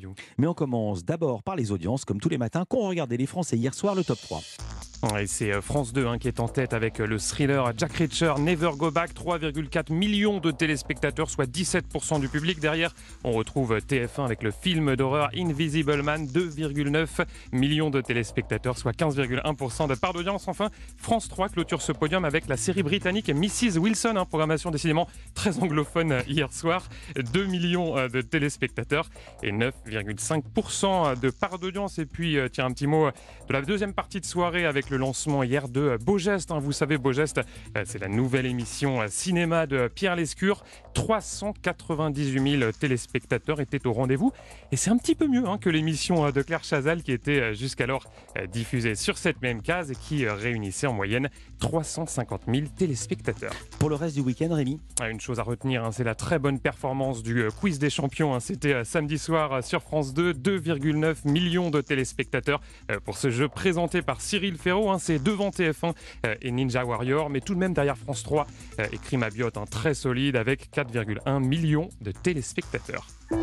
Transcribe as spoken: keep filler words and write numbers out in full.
interview. Mais on commence d'abord par les audiences, comme tous les matins, qu'ont regardé les Français hier soir, le top trois. Et c'est France deux hein, qui est en tête avec le thriller Jack Reacher, Never Go Back, trois virgule quatre millions de téléspectateurs, soit dix-sept pour cent du public. Derrière, on retrouve T F un avec le film d'horreur Invisible Man, deux virgule neuf millions de téléspectateurs, soit quinze virgule un pour cent de part d'audience. Enfin, France trois clôture ce podium avec la série britannique missus Wilson, hein, programmation décidément très anglophone hier soir, deux millions de téléspectateurs et neuf virgule cinq pour cent de part d'audience. Et puis, tiens, un petit mot de la deuxième partie de soirée avec le lancement hier de Beau Geste. Vous savez, Beau Geste, c'est la nouvelle émission cinéma de Pierre Lescure. trois cent quatre-vingt-dix-huit mille téléspectateurs étaient au rendez-vous. Et c'est un petit peu mieux hein, que l'émission de Claire Chazal qui était jusqu'alors diffusée sur cette même case et qui réunissait en moyenne trois cent cinquante mille téléspectateurs. Pour le reste du week-end, Rémi ? Une chose à retenir, hein, c'est la très bonne performance du quiz des champions. Hein. C'était samedi soir sur France deux, deux virgule neuf millions de téléspectateurs pour ce jeu présenté par Cyril Ferraud. Hein, c'est devant T F un euh, et Ninja Warrior, mais tout de même derrière France trois euh, et Crime à Biote, hein, très solide avec quatre virgule un millions de téléspectateurs.